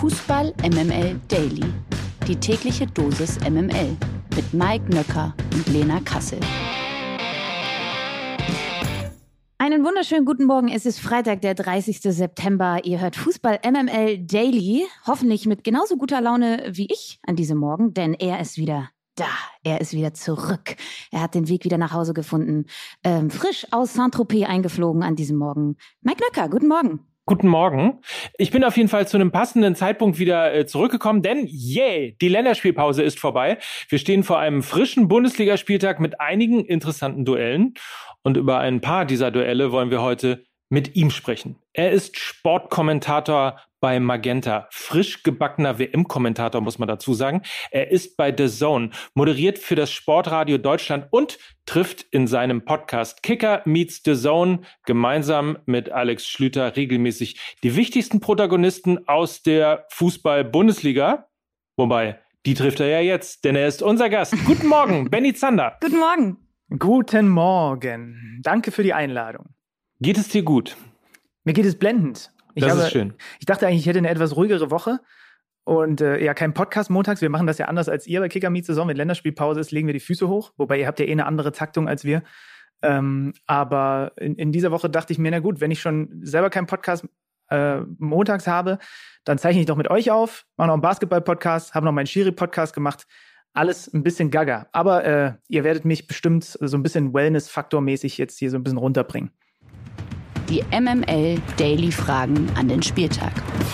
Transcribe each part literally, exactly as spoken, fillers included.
Fußball M M L Daily. Die tägliche Dosis M M L mit Mike Nöcker und Lena Kassel. Einen wunderschönen guten Morgen. Es ist Freitag, der dreißigster September. Ihr hört Fußball M M L Daily. Hoffentlich mit genauso guter Laune wie ich an diesem Morgen, denn er ist wieder da. Er ist wieder zurück. Er hat den Weg wieder nach Hause gefunden. Ähm, frisch aus Saint-Tropez eingeflogen an diesem Morgen. Mike Nöcker, guten Morgen. Guten Morgen. Ich bin auf jeden Fall zu einem passenden Zeitpunkt wieder äh, zurückgekommen, denn yeah, die Länderspielpause ist vorbei. Wir stehen vor einem frischen Bundesligaspieltag mit einigen interessanten Duellen. Und über ein paar dieser Duelle wollen wir heute mit ihm sprechen. Er ist Sportkommentator bei Magenta, frisch gebackener W M-Kommentator, muss man dazu sagen. Er ist bei The Zone, moderiert für das Sportradio Deutschland und trifft in seinem Podcast Kicker meets The Zone gemeinsam mit Alex Schlüter regelmäßig die wichtigsten Protagonisten aus der Fußball-Bundesliga. Wobei, die trifft er ja jetzt, denn er ist unser Gast. Guten Morgen, Benny Zander. Guten Morgen. Guten Morgen. Danke für die Einladung. Geht es dir gut? Mir geht es blendend. Ich das habe, ist schön. Ich dachte eigentlich, ich hätte eine etwas ruhigere Woche und äh, ja, kein Podcast montags. Wir machen das ja anders als ihr bei Kicker meets Saison. Wenn Länderspielpause ist, legen wir die Füße hoch. Wobei ihr habt ja eh eine andere Taktung als wir. Ähm, aber in, in dieser Woche dachte ich mir, na gut, wenn ich schon selber keinen Podcast äh, montags habe, dann zeichne ich doch mit euch auf, mache noch einen Basketball-Podcast, habe noch meinen Schiri-Podcast gemacht. Alles ein bisschen gaga. Aber äh, ihr werdet mich bestimmt so ein bisschen Wellness-Faktor-mäßig jetzt hier so ein bisschen runterbringen. Die M M L Daily Fragen an den Spieltag.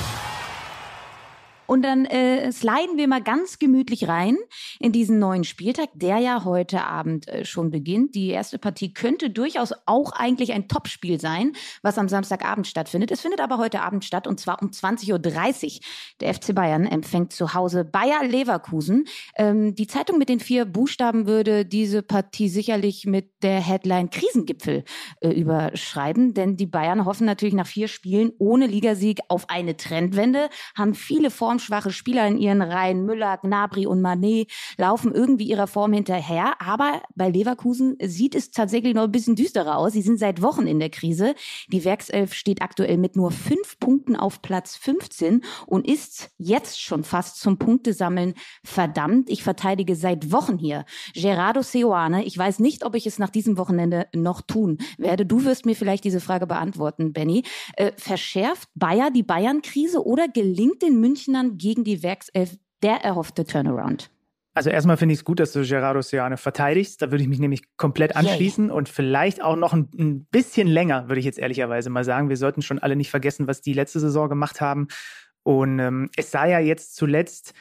Und dann äh, sliden wir mal ganz gemütlich rein in diesen neuen Spieltag, der ja heute Abend äh, schon beginnt. Die erste Partie könnte durchaus auch eigentlich ein Topspiel sein, was am Samstagabend stattfindet. Es findet aber heute Abend statt und zwar um zwanzig Uhr dreißig. Der F C Bayern empfängt zu Hause Bayer Leverkusen. Ähm, die Zeitung mit den vier Buchstaben würde diese Partie sicherlich mit der Headline Krisengipfel äh, überschreiben, denn die Bayern hoffen natürlich nach vier Spielen ohne Ligasieg auf eine Trendwende, haben viele Form schwache Spieler in ihren Reihen, Müller, Gnabry und Mané, laufen irgendwie ihrer Form hinterher. Aber bei Leverkusen sieht es tatsächlich noch ein bisschen düsterer aus. Sie sind seit Wochen in der Krise. Die Werkself steht aktuell mit nur fünf Punkten auf Platz fünfzehn und ist jetzt schon fast zum Punktesammeln verdammt. Ich verteidige seit Wochen hier Gerardo Seoane. Ich weiß nicht, ob ich es nach diesem Wochenende noch tun werde. Du wirst mir vielleicht diese Frage beantworten, Benny. Äh, verschärft Bayer die Bayern-Krise oder gelingt den Münchnern gegen die Werkself der erhoffte Turnaround? Also erstmal finde ich es gut, dass du Gerardo Seoane verteidigst. Da würde ich mich nämlich komplett anschließen yeah. und vielleicht auch noch ein, ein bisschen länger, würde ich jetzt ehrlicherweise mal sagen. Wir sollten schon alle nicht vergessen, was die letzte Saison gemacht haben. Und ähm, es sah ja jetzt zuletzt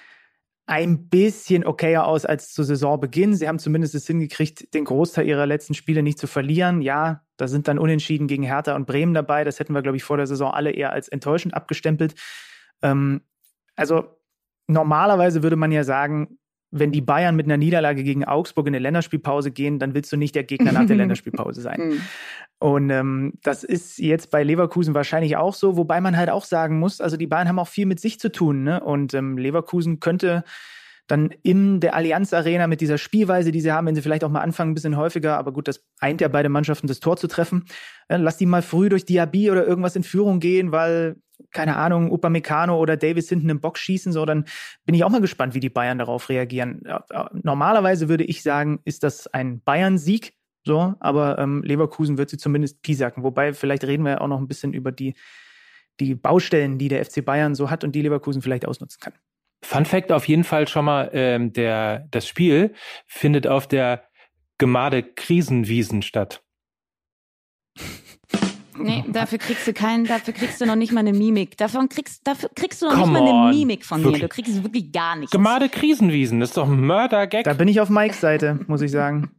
ein bisschen okayer aus als zu Saisonbeginn. Sie haben zumindest es hingekriegt, den Großteil ihrer letzten Spiele nicht zu verlieren. Ja, da sind dann Unentschieden gegen Hertha und Bremen dabei. Das hätten wir, glaube ich, vor der Saison alle eher als enttäuschend abgestempelt. Ähm, Also normalerweise würde man ja sagen, wenn die Bayern mit einer Niederlage gegen Augsburg in eine Länderspielpause gehen, dann willst du nicht der Gegner nach der Länderspielpause sein. Und ähm, das ist jetzt bei Leverkusen wahrscheinlich auch so, wobei man halt auch sagen muss, also die Bayern haben auch viel mit sich zu tun, ne? Und ähm, Leverkusen könnte dann in der Allianz Arena mit dieser Spielweise, die sie haben, wenn sie vielleicht auch mal anfangen, ein bisschen häufiger, aber gut, das eint ja beide Mannschaften, das Tor zu treffen. Äh, lass die mal früh durch Diaby oder irgendwas in Führung gehen, weil, keine Ahnung, Upamecano oder Davis hinten im Box schießen, so, dann bin ich auch mal gespannt, wie die Bayern darauf reagieren. Normalerweise würde ich sagen, ist das ein Bayern-Sieg, so, aber ähm, Leverkusen wird sie zumindest piesacken, wobei vielleicht reden wir ja auch noch ein bisschen über die, die Baustellen, die der F C Bayern so hat und die Leverkusen vielleicht ausnutzen kann. Fun Fact auf jeden Fall schon mal, ähm, der, das Spiel findet auf der Gemade Krisenwiesen statt. Nee, dafür kriegst du keinen, dafür kriegst du noch nicht mal eine Mimik. Davon kriegst, dafür kriegst du noch Come nicht mal eine on. Mimik von Wirklich? mir. Du kriegst wirklich gar nichts. Gemade Krisenwiesen, das ist doch ein Mörder-Gag. Da bin ich auf Mikes Seite, muss ich sagen.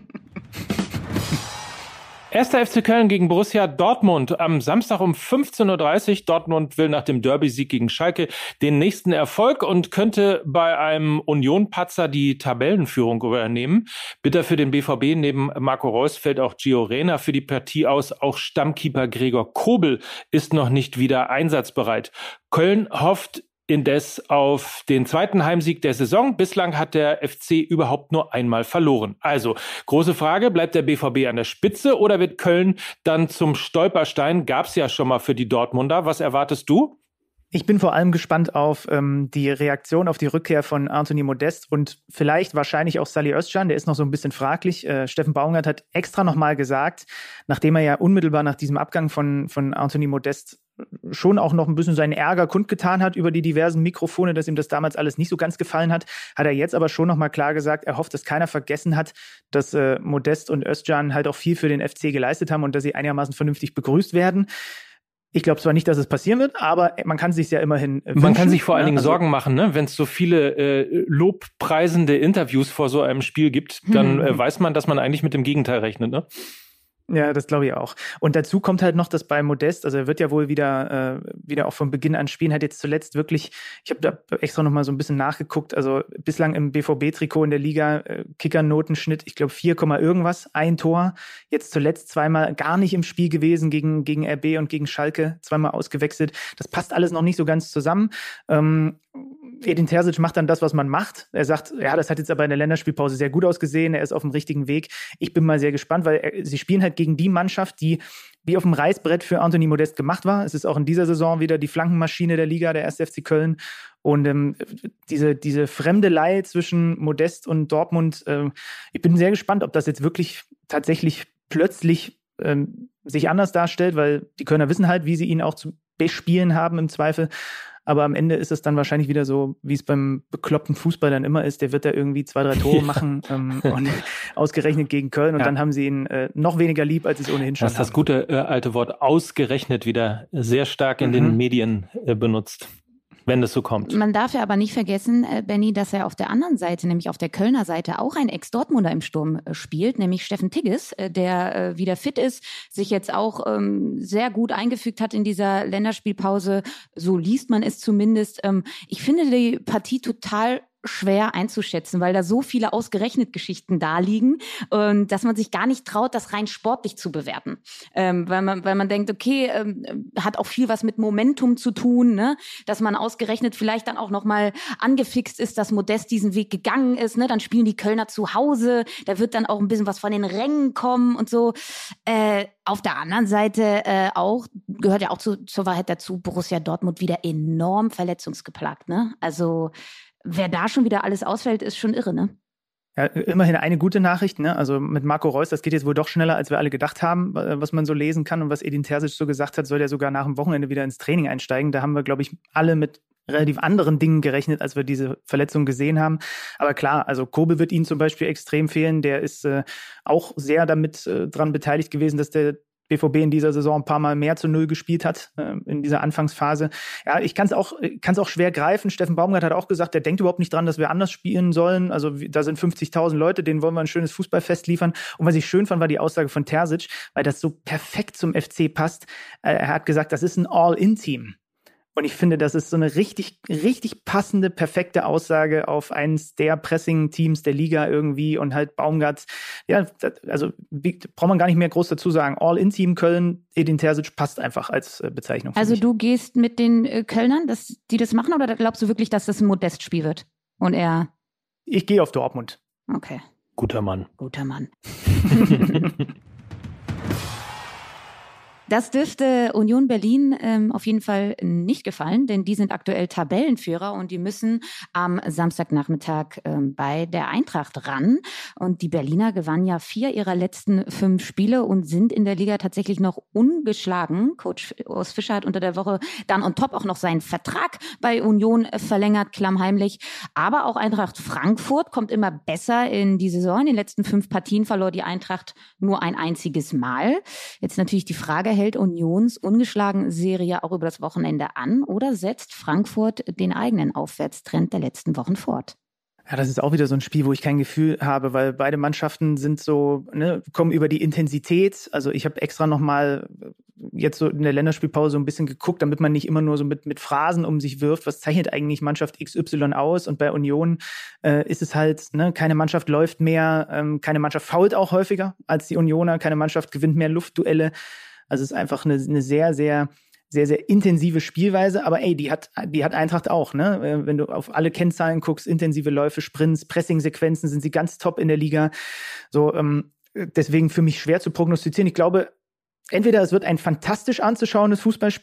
Erster F C Köln gegen Borussia Dortmund am Samstag um fünfzehn Uhr dreißig. Dortmund will nach dem Derby-Sieg gegen Schalke den nächsten Erfolg und könnte bei einem Union-Patzer die Tabellenführung übernehmen. Bitter für den B V B, neben Marco Reus fällt auch Gio Reyna für die Partie aus. Auch Stammkeeper Gregor Kobel ist noch nicht wieder einsatzbereit. Köln hofft indes auf den zweiten Heimsieg der Saison. Bislang hat der F C überhaupt nur einmal verloren. Also, große Frage, bleibt der B V B an der Spitze oder wird Köln dann zum Stolperstein? Gab's ja schon mal für die Dortmunder. Was erwartest du? Ich bin vor allem gespannt auf ähm, die Reaktion auf die Rückkehr von Anthony Modeste und vielleicht wahrscheinlich auch Salih Özcan, der ist noch so ein bisschen fraglich. Äh, Steffen Baumgart hat extra nochmal gesagt, nachdem er ja unmittelbar nach diesem Abgang von, von Anthony Modeste schon auch noch ein bisschen seinen Ärger kundgetan hat über die diversen Mikrofone, dass ihm das damals alles nicht so ganz gefallen hat, hat er jetzt aber schon nochmal klar gesagt, er hofft, dass keiner vergessen hat, dass äh, Modeste und Özcan halt auch viel für den F C geleistet haben und dass sie einigermaßen vernünftig begrüßt werden. Ich glaube zwar nicht, dass es passieren wird, aber man kann sich ja immerhin wünschen. Man kann sich vor allen Dingen also, Sorgen machen, ne? Wenn es so viele äh, lobpreisende Interviews vor so einem Spiel gibt, dann äh, weiß man, dass man eigentlich mit dem Gegenteil rechnet, ne? Ja, das glaube ich auch. Und dazu kommt halt noch, dass bei Modeste, also er wird ja wohl wieder äh, wieder auch von Beginn an spielen, hat jetzt zuletzt wirklich, ich habe da extra noch mal so ein bisschen nachgeguckt, also bislang im B V B-Trikot in der Liga, äh, Kicker-Notenschnitt, ich glaube vier, irgendwas, ein Tor, jetzt zuletzt zweimal gar nicht im Spiel gewesen gegen gegen R B und gegen Schalke, zweimal ausgewechselt. Das passt alles noch nicht so ganz zusammen. Ähm, Edin Terzic macht dann das, was man macht. Er sagt, ja, das hat jetzt aber in der Länderspielpause sehr gut ausgesehen. Er ist auf dem richtigen Weg. Ich bin mal sehr gespannt, weil er, sie spielen halt gegen die Mannschaft, die wie auf dem Reißbrett für Anthony Modeste gemacht war. Es ist auch in dieser Saison wieder die Flankenmaschine der Liga, der erste F C Köln. Und ähm, diese, diese Fremdelei zwischen Modeste und Dortmund, äh, ich bin sehr gespannt, ob das jetzt wirklich tatsächlich plötzlich ähm, sich anders darstellt, weil die Kölner wissen halt, wie sie ihn auch zu bespielen haben im Zweifel. Aber am Ende ist es dann wahrscheinlich wieder so, wie es beim bekloppten Fußball dann immer ist. Der wird da irgendwie zwei, drei Tore machen ähm, und ausgerechnet gegen Köln. Und ja. dann haben sie ihn äh, noch weniger lieb, als sie es ohnehin schon haben. Das ist das gute äh, alte Wort ausgerechnet wieder sehr stark in mhm. den Medien äh, benutzt. Wenn das so kommt. Man darf ja aber nicht vergessen, äh, Benny, dass er auf der anderen Seite, nämlich auf der Kölner Seite, auch ein Ex-Dortmunder im Sturm äh, spielt, nämlich Steffen Tigges, äh, der äh, wieder fit ist, sich jetzt auch ähm, sehr gut eingefügt hat in dieser Länderspielpause. So liest man es zumindest. Ähm, ich finde die Partie total schwer einzuschätzen, weil da so viele ausgerechnet Geschichten da liegen, ähm, dass man sich gar nicht traut, das rein sportlich zu bewerten. Ähm, weil man, weil man denkt, okay, ähm, hat auch viel was mit Momentum zu tun, ne? Dass man ausgerechnet vielleicht dann auch nochmal angefixt ist, dass Modeste diesen Weg gegangen ist, ne? Dann spielen die Kölner zu Hause, da wird dann auch ein bisschen was von den Rängen kommen und so. Äh, auf der anderen Seite äh, auch, gehört ja auch zu, zur Wahrheit dazu, Borussia Dortmund wieder enorm verletzungsgeplagt, ne? Also wer da schon wieder alles ausfällt, ist schon irre, ne? Ja, immerhin eine gute Nachricht, ne? Also mit Marco Reus, das geht jetzt wohl doch schneller, als wir alle gedacht haben, was man so lesen kann und was Edin Terzic so gesagt hat, soll ja sogar nach dem Wochenende wieder ins Training einsteigen. Da haben wir, glaube ich, alle mit relativ anderen Dingen gerechnet, als wir diese Verletzung gesehen haben. Aber klar, also Kobe wird ihnen zum Beispiel extrem fehlen. Der ist äh, auch sehr damit äh, dran beteiligt gewesen, dass der B V B in dieser Saison ein paar Mal mehr zu Null gespielt hat, äh, in dieser Anfangsphase. Ja, ich kann es auch, kann's auch schwer greifen. Steffen Baumgart hat auch gesagt, der denkt überhaupt nicht dran, dass wir anders spielen sollen. Also da sind fünfzigtausend Leute, denen wollen wir ein schönes Fußballfest liefern. Und was ich schön fand, war die Aussage von Terzic, weil das so perfekt zum F C passt. Äh, er hat gesagt, das ist ein All-In-Team. Und ich finde, das ist so eine richtig, richtig passende, perfekte Aussage auf eines der Pressing-Teams der Liga irgendwie und halt Baumgart. Ja, also wie, braucht man gar nicht mehr groß dazu sagen. All-in-Team Köln, Edin Terzic passt einfach als Bezeichnung. Also du gehst mit den äh, Kölnern, dass die das machen, oder glaubst du wirklich, dass das ein Modest-Spiel wird? Und er... Ich gehe auf Dortmund. Okay. Guter Mann. Guter Mann. Das dürfte Union Berlin ähm, auf jeden Fall nicht gefallen, denn die sind aktuell Tabellenführer und die müssen am Samstagnachmittag ähm, bei der Eintracht ran. Und die Berliner gewannen ja vier ihrer letzten fünf Spiele und sind in der Liga tatsächlich noch ungeschlagen. Coach Urs Fischer hat unter der Woche dann on top auch noch seinen Vertrag bei Union verlängert, klammheimlich. Aber auch Eintracht Frankfurt kommt immer besser in die Saison. In den letzten fünf Partien verlor die Eintracht nur ein einziges Mal. Jetzt natürlich die Frage, hält Unions ungeschlagen Serie auch über das Wochenende an oder setzt Frankfurt den eigenen Aufwärtstrend der letzten Wochen fort? Ja, das ist auch wieder so ein Spiel, wo ich kein Gefühl habe, weil beide Mannschaften sind so, ne, kommen über die Intensität. Also ich habe extra nochmal jetzt so in der Länderspielpause so ein bisschen geguckt, damit man nicht immer nur so mit, mit Phrasen um sich wirft. Was zeichnet eigentlich Mannschaft X Y aus? Und bei Union äh, ist es halt, ne, keine Mannschaft läuft mehr, ähm, keine Mannschaft foult auch häufiger als die Unioner, keine Mannschaft gewinnt mehr Luftduelle. Also es ist einfach eine, eine sehr, sehr, sehr, sehr intensive Spielweise. Aber ey, die hat, die hat Eintracht auch, ne? Wenn du auf alle Kennzahlen guckst, intensive Läufe, Sprints, Pressing-Sequenzen, sind sie ganz top in der Liga. So, ähm, deswegen für mich schwer zu prognostizieren. Ich glaube, entweder es wird ein fantastisch anzuschauendes Fußballspiel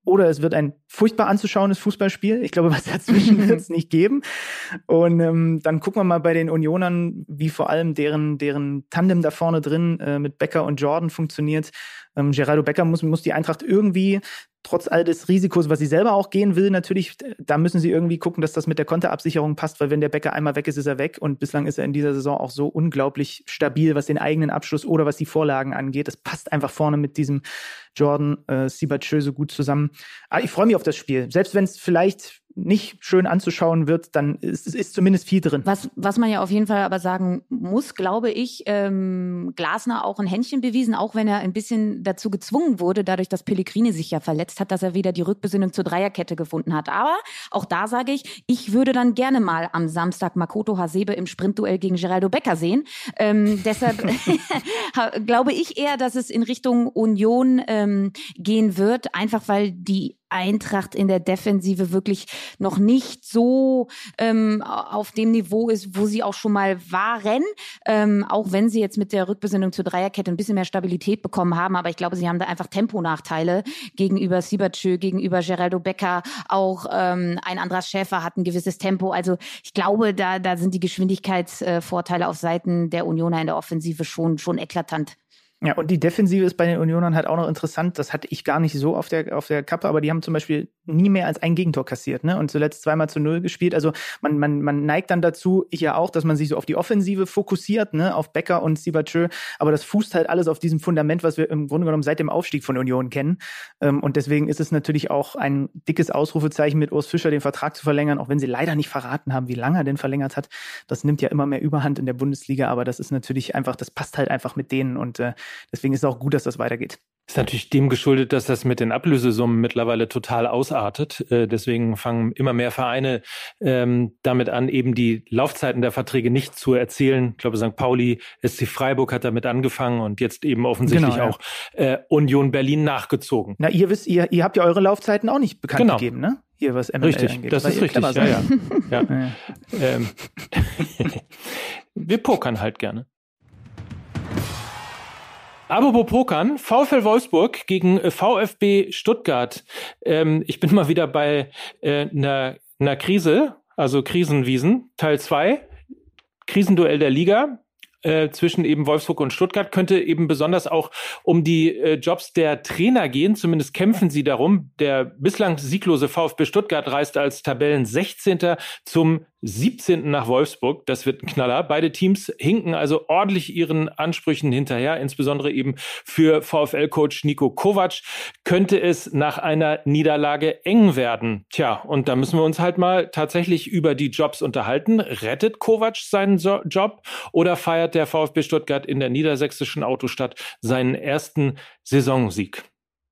oder es wird ein furchtbar anzuschauendes Fußballspiel. Ich glaube, was dazwischen wird es nicht geben. Und ähm, dann gucken wir mal bei den Unionern, wie vor allem deren, deren Tandem da vorne drin äh, mit Becker und Jordan funktioniert. Ähm, Geraldo Becker muss, muss die Eintracht irgendwie, trotz all des Risikos, was sie selber auch gehen will, natürlich, da müssen sie irgendwie gucken, dass das mit der Konterabsicherung passt, weil wenn der Becker einmal weg ist, ist er weg. Und bislang ist er in dieser Saison auch so unglaublich stabil, was den eigenen Abschluss oder was die Vorlagen angeht. Das passt einfach vorne mit diesem Jordan äh, Sibachö so gut zusammen. Aber ich freue mich auf das Spiel. Selbst wenn es vielleicht nicht schön anzuschauen wird, dann ist, ist zumindest viel drin. Was, was man ja auf jeden Fall aber sagen muss, glaube ich, ähm, Glasner auch ein Händchen bewiesen, auch wenn er ein bisschen dazu gezwungen wurde, dadurch, dass Pellegrini sich ja verletzt hat, dass er wieder die Rückbesinnung zur Dreierkette gefunden hat. Aber auch da sage ich, ich würde dann gerne mal am Samstag Makoto Hasebe im Sprintduell gegen Geraldo Becker sehen. Ähm, deshalb glaube ich eher, dass es in Richtung Union ähm, gehen wird, einfach weil die Eintracht in der Defensive wirklich noch nicht so ähm, auf dem Niveau ist, wo sie auch schon mal waren, ähm, auch wenn sie jetzt mit der Rückbesinnung zur Dreierkette ein bisschen mehr Stabilität bekommen haben, aber ich glaube, sie haben da einfach Temponachteile gegenüber Sibachö, gegenüber Geraldo Becker, auch ähm, ein Andras Schäfer hat ein gewisses Tempo, also ich glaube, da, da sind die Geschwindigkeitsvorteile auf Seiten der Unioner in der Offensive schon, schon eklatant. Ja, und die Defensive ist bei den Unionern halt auch noch interessant. Das hatte ich gar nicht so auf der, auf der Kappe, aber die haben zum Beispiel nie mehr als ein Gegentor kassiert, ne? Und zuletzt zweimal zu null gespielt. Also man, man, man neigt dann dazu, ich ja auch, dass man sich so auf die Offensive fokussiert, ne? Auf Becker und Sibachö. Aber das fußt halt alles auf diesem Fundament, was wir im Grunde genommen seit dem Aufstieg von Union kennen. Und deswegen ist es natürlich auch ein dickes Ausrufezeichen, mit Urs Fischer den Vertrag zu verlängern, auch wenn sie leider nicht verraten haben, wie lange er denn verlängert hat. Das nimmt ja immer mehr Überhand in der Bundesliga, aber das ist natürlich einfach, das passt halt einfach mit denen und äh, deswegen ist es auch gut, dass das weitergeht. Ist natürlich dem geschuldet, dass das mit den Ablösesummen mittlerweile total ausartet. Äh, deswegen fangen immer mehr Vereine ähm, damit an, eben die Laufzeiten der Verträge nicht zu erzählen. Ich glaube, Sankt Pauli, S C Freiburg hat damit angefangen und jetzt eben offensichtlich genau, ja. auch äh, Union Berlin nachgezogen. Na, ihr wisst, ihr, ihr habt ja eure Laufzeiten auch nicht bekannt genau. gegeben, ne? Hier, was M M L richtig, angeht. Das, das ist richtig, ja, ja. ja. ja. ähm, wir pokern halt gerne. Apropos Pokern, VfL Wolfsburg gegen VfB Stuttgart. Ähm, ich bin mal wieder bei äh, einer, einer Krise, also Krisenwiesen, Teil zwei, Krisenduell der Liga. Äh, zwischen eben Wolfsburg und Stuttgart könnte eben besonders auch um die äh, Jobs der Trainer gehen. Zumindest kämpfen sie darum. Der bislang sieglose VfB Stuttgart reist als Tabellen-sechzehnter zum siebzehnten nach Wolfsburg. Das wird ein Knaller. Beide Teams hinken also ordentlich ihren Ansprüchen hinterher. Insbesondere eben für VfL-Coach Niko Kovac könnte es nach einer Niederlage eng werden. Tja, und da müssen wir uns halt mal tatsächlich über die Jobs unterhalten. Rettet Kovac seinen so- Job oder feiert der VfB Stuttgart in der niedersächsischen Autostadt seinen ersten Saisonsieg?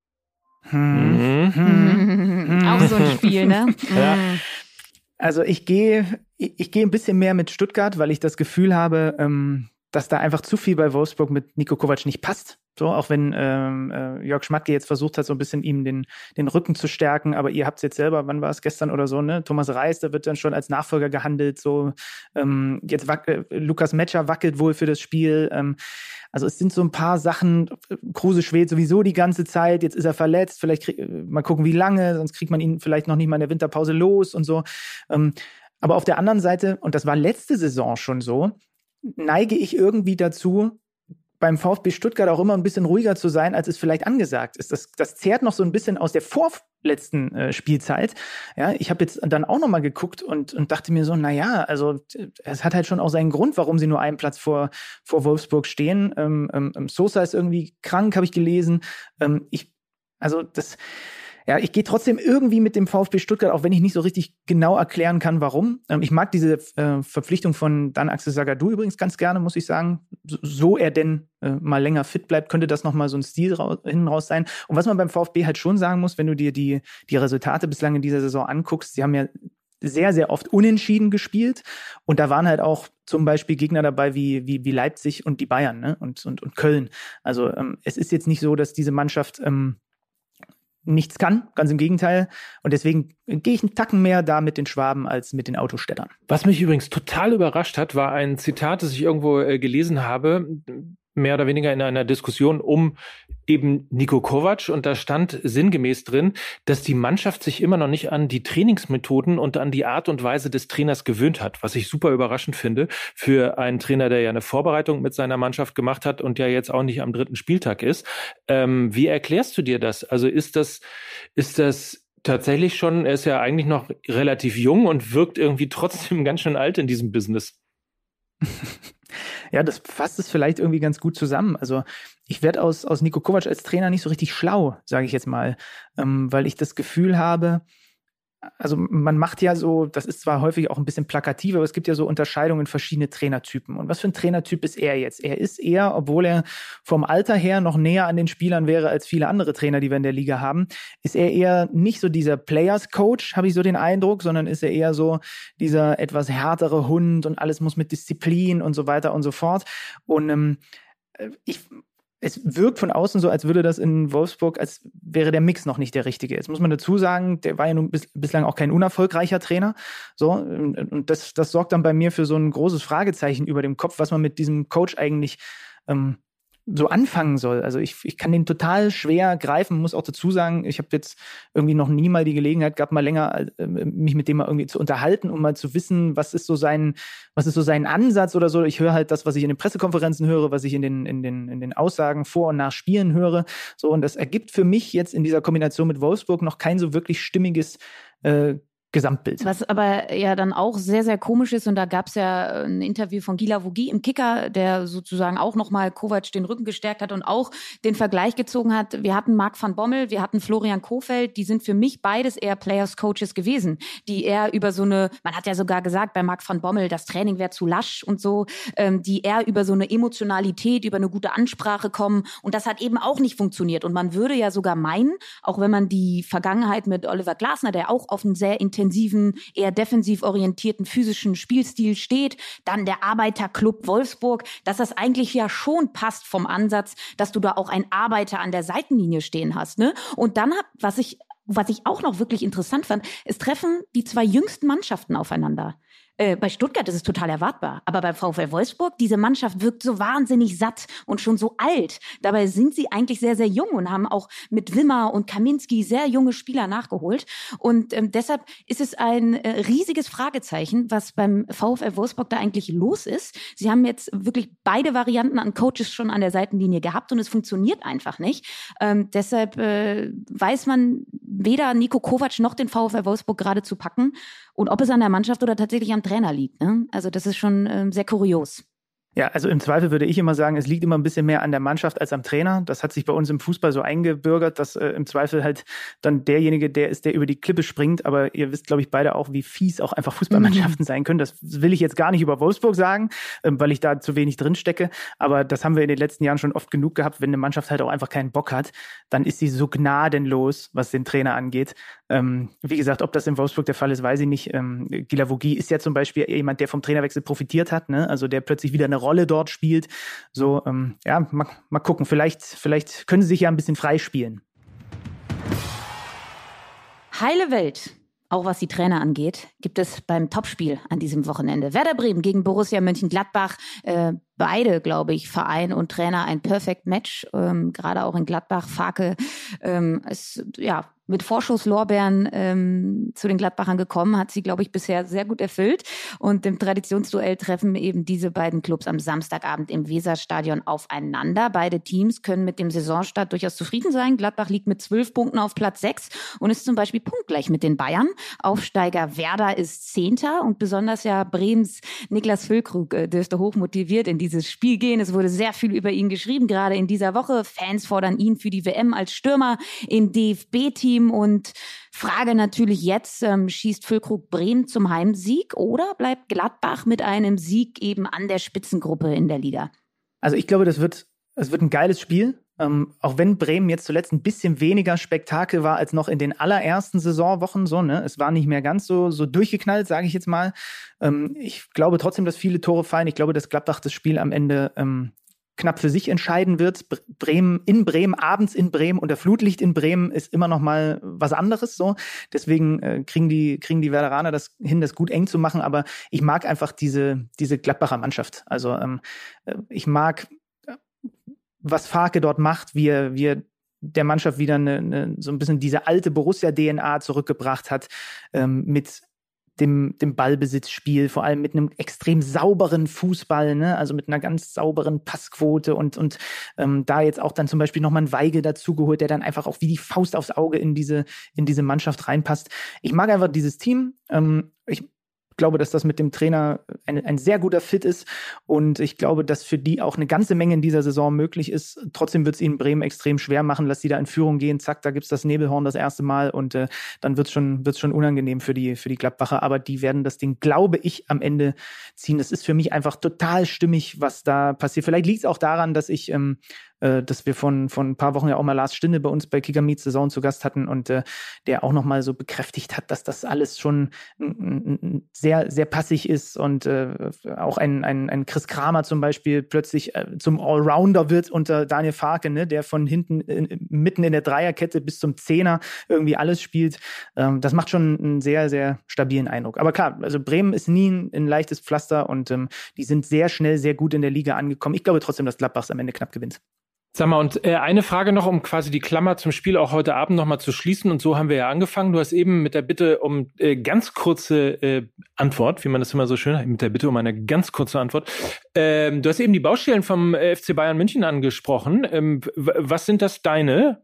Hm. Hm. Hm. Auch so ein Spiel, ne? Ja. Also ich gehe ich, ich gehe ein bisschen mehr mit Stuttgart, weil ich das Gefühl habe, ähm, dass da einfach zu viel bei Wolfsburg mit Niko Kovac nicht passt. So, auch wenn ähm, äh, Jörg Schmatke jetzt versucht hat, so ein bisschen ihm den, den Rücken zu stärken, aber ihr habt es jetzt selber, wann war es, gestern oder so, ne? Thomas Reis, der wird dann schon als Nachfolger gehandelt, so ähm, jetzt wac- äh, Lukas Metscher wackelt wohl für das Spiel. Ähm, also es sind so ein paar Sachen, Kruse schwelt sowieso die ganze Zeit, jetzt ist er verletzt, vielleicht krieg, mal gucken, wie lange, sonst kriegt man ihn vielleicht noch nicht mal in der Winterpause los und so. Ähm, aber auf der anderen Seite, und das war letzte Saison schon so, neige ich irgendwie dazu, beim VfB Stuttgart auch immer ein bisschen ruhiger zu sein, als es vielleicht angesagt ist. Das, das zehrt noch so ein bisschen aus der vorletzten äh, Spielzeit. Ja, ich habe jetzt dann auch noch mal geguckt und, und dachte mir so, na ja, also es hat halt schon auch seinen Grund, warum sie nur einen Platz vor, vor Wolfsburg stehen. Ähm, ähm, Sosa ist irgendwie krank, habe ich gelesen. Ähm, ich, also das... Ja, ich gehe trotzdem irgendwie mit dem VfB Stuttgart, auch wenn ich nicht so richtig genau erklären kann, warum. Ähm, ich mag diese äh, Verpflichtung von Dan Axel Sagadou übrigens ganz gerne, muss ich sagen. So, so er denn äh, mal länger fit bleibt, könnte das nochmal so ein Stil raus, hinten raus sein. Und was man beim VfB halt schon sagen muss, wenn du dir die, die Resultate bislang in dieser Saison anguckst, sie haben ja sehr, sehr oft unentschieden gespielt. Und da waren halt auch zum Beispiel Gegner dabei wie, wie, wie Leipzig und die Bayern, ne? und, und, und Köln. Also ähm, es ist jetzt nicht so, dass diese Mannschaft ähm, nichts kann, ganz im Gegenteil. Und deswegen gehe ich einen Tacken mehr da mit den Schwaben als mit den Autostädtern. Was mich übrigens total überrascht hat, war ein Zitat, das ich irgendwo äh, gelesen habe, mehr oder weniger in einer Diskussion um eben Niko Kovac und da stand sinngemäß drin, dass die Mannschaft sich immer noch nicht an die Trainingsmethoden und an die Art und Weise des Trainers gewöhnt hat, was ich super überraschend finde für einen Trainer, der ja eine Vorbereitung mit seiner Mannschaft gemacht hat und ja jetzt auch nicht am dritten Spieltag ist. Ähm, wie erklärst du dir das? Also ist das, ist das tatsächlich schon, er ist ja eigentlich noch relativ jung und wirkt irgendwie trotzdem ganz schön alt in diesem Business. Ja, das fasst es vielleicht irgendwie ganz gut zusammen. Also ich werde aus, aus Niko Kovac als Trainer nicht so richtig schlau, sage ich jetzt mal, ähm, weil ich das Gefühl habe, also man macht ja so, das ist zwar häufig auch ein bisschen plakativ, aber es gibt ja so Unterscheidungen in verschiedene Trainertypen. Und was für ein Trainertyp ist er jetzt? Er ist eher, obwohl er vom Alter her noch näher an den Spielern wäre als viele andere Trainer, die wir in der Liga haben, ist er eher nicht so dieser Players-Coach, habe ich so den Eindruck, sondern ist er eher so dieser etwas härtere Hund und alles muss mit Disziplin und so weiter und so fort. Und ähm, ich Es wirkt von außen so, als würde das in Wolfsburg, als wäre der Mix noch nicht der richtige. Jetzt muss man dazu sagen, der war ja nun bis, bislang auch kein unerfolgreicher Trainer. So, und das, das sorgt dann bei mir für so ein großes Fragezeichen über dem Kopf, was man mit diesem Coach eigentlich ähm, so anfangen soll. Also ich, ich kann den total schwer greifen, muss auch dazu sagen, ich habe jetzt irgendwie noch nie mal die Gelegenheit gehabt, mal länger äh, mich mit dem mal irgendwie zu unterhalten, um mal zu wissen, was ist so sein, was ist so sein Ansatz oder so. Ich höre halt das, was ich in den Pressekonferenzen höre, was ich in den, in den, in den Aussagen vor und nach Spielen höre. So, und das ergibt für mich jetzt in dieser Kombination mit Wolfsburg noch kein so wirklich stimmiges äh, Gesamtbild. Was aber ja dann auch sehr, sehr komisch ist, und da gab es ja ein Interview von Gila Vogie im Kicker, der sozusagen auch nochmal Kovac den Rücken gestärkt hat und auch den Vergleich gezogen hat. Wir hatten Marc van Bommel, wir hatten Florian Kohfeldt, die sind für mich beides eher Players-Coaches gewesen, die eher über so eine, man hat ja sogar gesagt bei Marc van Bommel, das Training wäre zu lasch und so, ähm, die eher über so eine Emotionalität, über eine gute Ansprache kommen, und das hat eben auch nicht funktioniert. Und man würde ja sogar meinen, auch wenn man die Vergangenheit mit Oliver Glasner, der auch auf einen sehr intensiven, eher defensiv orientierten physischen Spielstil steht, dann der Arbeiterclub Wolfsburg, dass das eigentlich ja schon passt vom Ansatz, dass du da auch einen Arbeiter an der Seitenlinie stehen hast, ne? Und dann hat, was ich, was ich auch noch wirklich interessant fand, es treffen die zwei jüngsten Mannschaften aufeinander. Äh, bei Stuttgart ist es total erwartbar. Aber beim VfL Wolfsburg, diese Mannschaft wirkt so wahnsinnig satt und schon so alt. Dabei sind sie eigentlich sehr, sehr jung und haben auch mit Wimmer und Kaminski sehr junge Spieler nachgeholt. Und ähm, deshalb ist es ein äh, riesiges Fragezeichen, was beim VfL Wolfsburg da eigentlich los ist. Sie haben jetzt wirklich beide Varianten an Coaches schon an der Seitenlinie gehabt und es funktioniert einfach nicht. Ähm, deshalb äh, weiß man weder Niko Kovac noch den VfL Wolfsburg gerade zu packen. Und ob es an der Mannschaft oder tatsächlich am Trainer liegt, ne? Also das ist schon ähm, sehr kurios. Ja, also im Zweifel würde ich immer sagen, es liegt immer ein bisschen mehr an der Mannschaft als am Trainer. Das hat sich bei uns im Fußball so eingebürgert, dass äh, im Zweifel halt dann derjenige, der ist, der über die Klippe springt. Aber ihr wisst, glaube ich, beide auch, wie fies auch einfach Fußballmannschaften mhm. sein können. Das will ich jetzt gar nicht über Wolfsburg sagen, ähm, weil ich da zu wenig drin stecke. Aber das haben wir in den letzten Jahren schon oft genug gehabt. Wenn eine Mannschaft halt auch einfach keinen Bock hat, dann ist sie so gnadenlos, was den Trainer angeht. Ähm, wie gesagt, ob das in Wolfsburg der Fall ist, weiß ich nicht. Ähm, Gila Vogie ist ja zum Beispiel jemand, der vom Trainerwechsel profitiert hat, ne? Also der plötzlich wieder eine Rolle dort spielt. So, ähm, ja, mal, mal gucken. Vielleicht, vielleicht können sie sich ja ein bisschen freispielen. Heile Welt. Auch was die Trainer angeht, gibt es beim Topspiel an diesem Wochenende. Werder Bremen gegen Borussia Mönchengladbach. Äh, beide, glaube ich, Verein und Trainer ein Perfect Match. Ähm, gerade auch in Gladbach. Farke ähm, ist, ja, mit Vorschusslorbeeren ähm, zu den Gladbachern gekommen, hat sie, glaube ich, bisher sehr gut erfüllt. Und im Traditionsduell treffen eben diese beiden Clubs am Samstagabend im Weserstadion aufeinander. Beide Teams können mit dem Saisonstart durchaus zufrieden sein. Gladbach liegt mit zwölf Punkten auf Platz sechs und ist zum Beispiel punktgleich mit den Bayern. Aufsteiger Werder ist Zehnter und besonders ja Bremens Niklas Füllkrug äh, dürfte hochmotiviert in dieses Spiel gehen. Es wurde sehr viel über ihn geschrieben, gerade in dieser Woche. Fans fordern ihn für die W M als Stürmer im D F B-Team. Und Frage natürlich jetzt, ähm, schießt Füllkrug Bremen zum Heimsieg oder bleibt Gladbach mit einem Sieg eben an der Spitzengruppe in der Liga? Also ich glaube, das wird, das wird ein geiles Spiel. Ähm, auch wenn Bremen jetzt zuletzt ein bisschen weniger Spektakel war als noch in den allerersten Saisonwochen. So, ne? Es war nicht mehr ganz so, so durchgeknallt, sage ich jetzt mal. Ähm, ich glaube trotzdem, dass viele Tore fallen. Ich glaube, dass Gladbach das Spiel am Ende ähm, knapp für sich entscheiden wird. Bremen in Bremen, abends in Bremen unter Flutlicht in Bremen ist immer noch mal was anderes. So, deswegen äh, kriegen die kriegen die Werderaner das hin, das gut eng zu machen. Aber ich mag einfach diese diese Gladbacher Mannschaft. Also ähm, ich mag was Farke dort macht, wie er, wie er der Mannschaft wieder eine, eine, so ein bisschen diese alte Borussia-D N A zurückgebracht hat, ähm, mit dem, dem Ballbesitzspiel, vor allem mit einem extrem sauberen Fußball, ne? Also mit einer ganz sauberen Passquote und, und ähm, da jetzt auch dann zum Beispiel nochmal ein Weigel dazugeholt, der dann einfach auch wie die Faust aufs Auge in diese, in diese Mannschaft reinpasst. Ich mag einfach dieses Team. Ähm, ich glaube, dass das mit dem Trainer ein, ein sehr guter Fit ist und ich glaube, dass für die auch eine ganze Menge in dieser Saison möglich ist. Trotzdem wird es ihnen Bremen extrem schwer machen. Lass die da in Führung gehen, zack, da gibt's das Nebelhorn das erste Mal und äh, dann wird's schon, wird's schon unangenehm für die, für die Gladbacher, aber die werden das Ding, glaube ich, am Ende ziehen. Das ist für mich einfach total stimmig, was da passiert. Vielleicht liegt es auch daran, dass ich ähm, äh, dass wir von, von ein paar Wochen ja auch mal Lars Stinde bei uns bei Kicker Meets the Zone zu Gast hatten und äh, der auch nochmal so bekräftigt hat, dass das alles schon n- n- sehr, sehr passig ist und äh, auch ein, ein, ein Chris Kramer zum Beispiel plötzlich äh, zum Allrounder wird unter Daniel Farke, ne, der von hinten in, mitten in der Dreierkette bis zum Zehner irgendwie alles spielt. Ähm, das macht schon einen sehr, sehr stabilen Eindruck. Aber klar, also Bremen ist nie ein, ein leichtes Pflaster und ähm, die sind sehr schnell, sehr gut in der Liga angekommen. Ich glaube trotzdem, dass Gladbach es am Ende knapp gewinnt. Sag mal, und äh, eine Frage noch, um quasi die Klammer zum Spiel auch heute Abend nochmal zu schließen. Und so haben wir ja angefangen. Du hast eben mit der Bitte um äh, ganz kurze äh, Antwort, wie man das immer so schön hat, mit der Bitte um eine ganz kurze Antwort. Ähm, du hast eben die Baustellen vom äh, F C Bayern München angesprochen. Ähm, w- was sind das deine?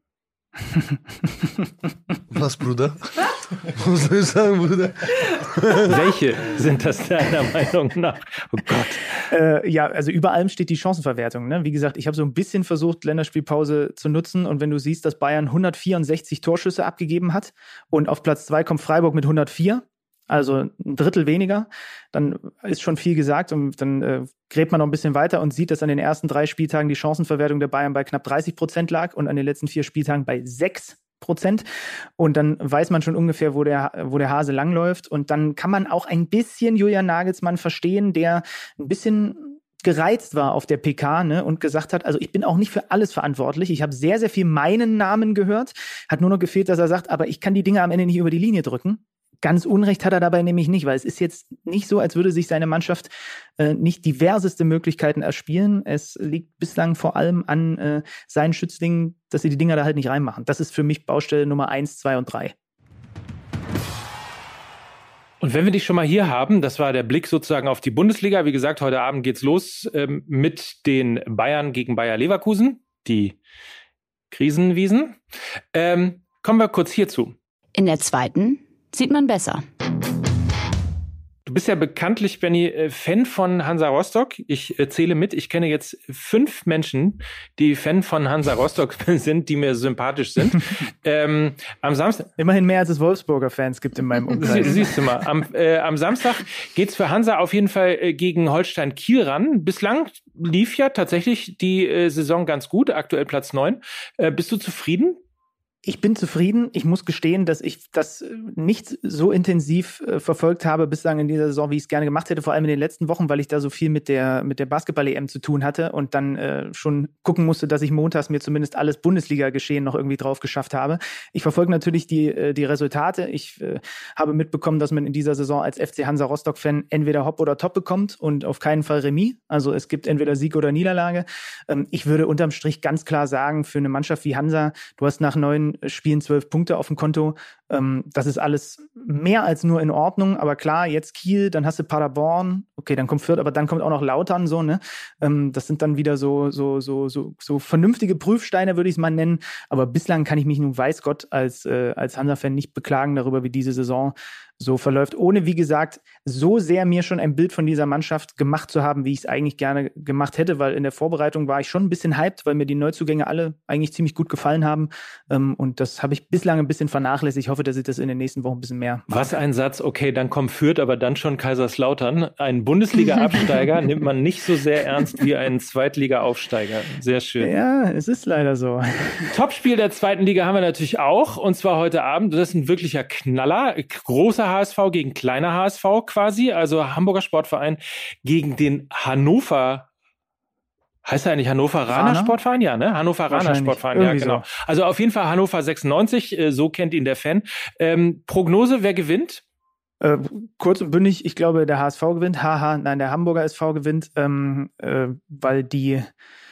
Was, Bruder? Was soll ich sagen, Bruder? Welche sind das deiner Meinung nach? Oh Gott. Äh, ja, also über allem steht die Chancenverwertung. Ne? Wie gesagt, ich habe so ein bisschen versucht, Länderspielpause zu nutzen. Und wenn du siehst, dass Bayern hundertvierundsechzig Torschüsse abgegeben hat und auf Platz zwei kommt Freiburg mit hundertvier, also ein Drittel weniger, dann ist schon viel gesagt. Und dann äh, gräbt man noch ein bisschen weiter und sieht, dass an den ersten drei Spieltagen die Chancenverwertung der Bayern bei knapp dreißig Prozent lag und an den letzten vier Spieltagen bei sechs Prozent. Und dann weiß man schon ungefähr, wo der, wo der Hase langläuft. Und dann kann man auch ein bisschen Julian Nagelsmann verstehen, der ein bisschen gereizt war auf der P K, ne, und gesagt hat, also ich bin auch nicht für alles verantwortlich. Ich habe sehr, sehr viel meinen Namen gehört. Hat nur noch gefehlt, dass er sagt, aber ich kann die Dinge am Ende nicht über die Linie drücken. Ganz Unrecht hat er dabei nämlich nicht, weil es ist jetzt nicht so, als würde sich seine Mannschaft äh, nicht diverseste Möglichkeiten erspielen. Es liegt bislang vor allem an äh, seinen Schützlingen, dass sie die Dinger da halt nicht reinmachen. Das ist für mich Baustelle Nummer eins, zwei und drei. Und wenn wir dich schon mal hier haben, das war der Blick sozusagen auf die Bundesliga. Wie gesagt, heute Abend geht's los ähm, mit den Bayern gegen Bayer Leverkusen, die Krisenwiesen. Ähm, kommen wir kurz hierzu. In der zweiten sieht man besser. Du bist ja bekanntlich, Benny, Fan von Hansa Rostock. Ich äh, zähle mit. Ich kenne jetzt fünf Menschen, die Fan von Hansa Rostock sind, die mir sympathisch sind. ähm, am Samstag. Immerhin mehr als es Wolfsburger Fans gibt in meinem Umkreis. Sie, siehst du mal. Am, äh, am Samstag geht's für Hansa auf jeden Fall äh, gegen Holstein Kiel ran. Bislang lief ja tatsächlich die äh, Saison ganz gut. Aktuell Platz neun. Äh, bist du zufrieden? Ich bin zufrieden. Ich muss gestehen, dass ich das nicht so intensiv äh, verfolgt habe bislang in dieser Saison, wie ich es gerne gemacht hätte, vor allem in den letzten Wochen, weil ich da so viel mit der mit der Basketball-E M zu tun hatte und dann äh, schon gucken musste, dass ich montags mir zumindest alles Bundesliga-Geschehen noch irgendwie drauf geschafft habe. Ich verfolge natürlich die äh, die Resultate. Ich äh, habe mitbekommen, dass man in dieser Saison als F C Hansa Rostock-Fan entweder Hopp oder Top bekommt und auf keinen Fall Remis. Also es gibt entweder Sieg oder Niederlage. Ähm, ich würde unterm Strich ganz klar sagen, für eine Mannschaft wie Hansa, du hast nach neun Spielen zwölf Punkte auf dem Konto. Ähm, das ist alles mehr als nur in Ordnung. Aber klar, jetzt Kiel, dann hast du Paderborn. Okay, dann kommt Fürth, aber dann kommt auch noch Lautern so, ne? Ähm, das sind dann wieder so, so, so, so, so vernünftige Prüfsteine, würde ich es mal nennen. Aber bislang kann ich mich nun, weiß Gott, als, äh, als Hansa-Fan nicht beklagen darüber, wie diese Saison so verläuft. Ohne, wie gesagt, so sehr mir schon ein Bild von dieser Mannschaft gemacht zu haben, wie ich es eigentlich gerne gemacht hätte, weil in der Vorbereitung war ich schon ein bisschen hyped, weil mir die Neuzugänge alle eigentlich ziemlich gut gefallen haben. Ähm, und das habe ich bislang ein bisschen vernachlässigt. Ich hoffe, dass ich das in den nächsten Wochen ein bisschen mehr mache. Was ein Satz. Okay, dann kommt Fürth, aber dann schon Kaiserslautern. Ein Bundesliga-Absteiger nimmt man nicht so sehr ernst wie einen Zweitliga-Aufsteiger. Sehr schön. Ja, es ist leider so. Topspiel der zweiten Liga haben wir natürlich auch, und zwar heute Abend. Das ist ein wirklicher Knaller. Großer H S V gegen kleiner H S V quasi, also Hamburger Sportverein gegen den Hannover, heißt er eigentlich Hannoveraner Sportverein? Ja, ne? Hannoveraner Sportverein, ja, genau. So. Also auf jeden Fall Hannover sechsundneunzig, so kennt ihn der Fan. Ähm, Prognose, wer gewinnt? Äh, kurz und bündig, ich glaube, der H S V gewinnt. Haha, nein, der Hamburger S V gewinnt, ähm, äh, weil die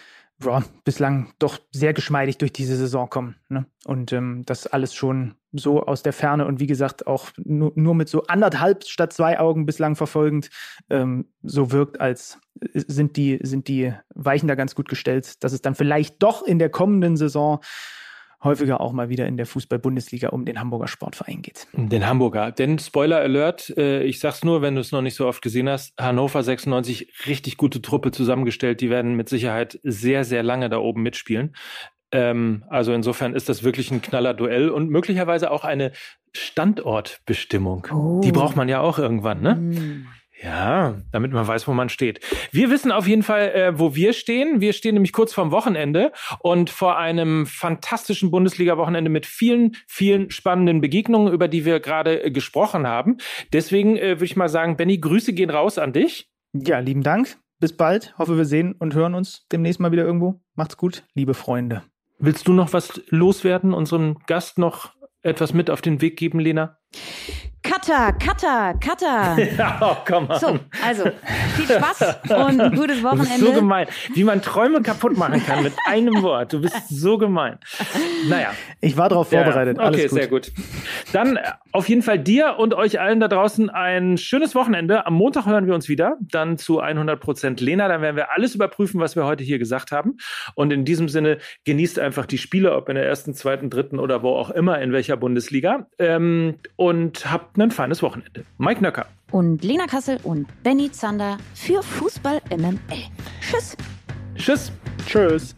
ja, bislang doch sehr geschmeidig durch diese Saison kommen. Ne? Und ähm, das alles schon so aus der Ferne und wie gesagt auch nur, nur mit so anderthalb statt zwei Augen bislang verfolgend ähm, so wirkt, als sind die, sind die Weichen da ganz gut gestellt, dass es dann vielleicht doch in der kommenden Saison häufiger auch mal wieder in der Fußball-Bundesliga um den Hamburger Sportverein geht. Den Hamburger. Denn Spoiler Alert, äh, ich sag's nur, wenn du es noch nicht so oft gesehen hast, Hannover sechsundneunzig, richtig gute Truppe zusammengestellt. Die werden mit Sicherheit sehr, sehr lange da oben mitspielen. Ähm, also insofern ist das wirklich ein Knaller-Duell und möglicherweise auch eine Standortbestimmung. Oh. Die braucht man ja auch irgendwann, ne? Mm. Ja, damit man weiß, wo man steht. Wir wissen auf jeden Fall, äh, wo wir stehen. Wir stehen nämlich kurz vorm Wochenende und vor einem fantastischen Bundesliga-Wochenende mit vielen, vielen spannenden Begegnungen, über die wir gerade äh, gesprochen haben. Deswegen äh, würde ich mal sagen, Benni, Grüße gehen raus an dich. Ja, lieben Dank. Bis bald. Hoffe, wir sehen und hören uns demnächst mal wieder irgendwo. Macht's gut, liebe Freunde. Willst du noch was loswerden, unserem Gast noch etwas mit auf den Weg geben, Lena? Cutter, Cutter, Cutter. Ja, oh, komm an. So, also viel Spaß und ein gutes Wochenende. Du bist so gemein, wie man Träume kaputt machen kann mit einem Wort. Du bist so gemein. Naja. Ich war darauf vorbereitet. Ja, okay, alles gut. sehr gut. Dann auf jeden Fall dir und euch allen da draußen ein schönes Wochenende. Am Montag hören wir uns wieder, dann zu hundert Prozent Lena. Dann werden wir alles überprüfen, was wir heute hier gesagt haben. Und in diesem Sinne, genießt einfach die Spiele, ob in der ersten, zweiten, dritten oder wo auch immer, in welcher Bundesliga. Ähm, und habt ein feines Wochenende. Mike Nöcker. Und Lena Kassel und Benni Zander für Fußball M M L. Tschüss. Tschüss. Tschüss.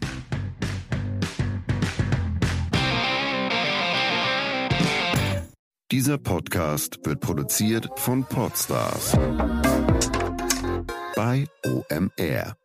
Dieser Podcast wird produziert von Podstars bei O M R.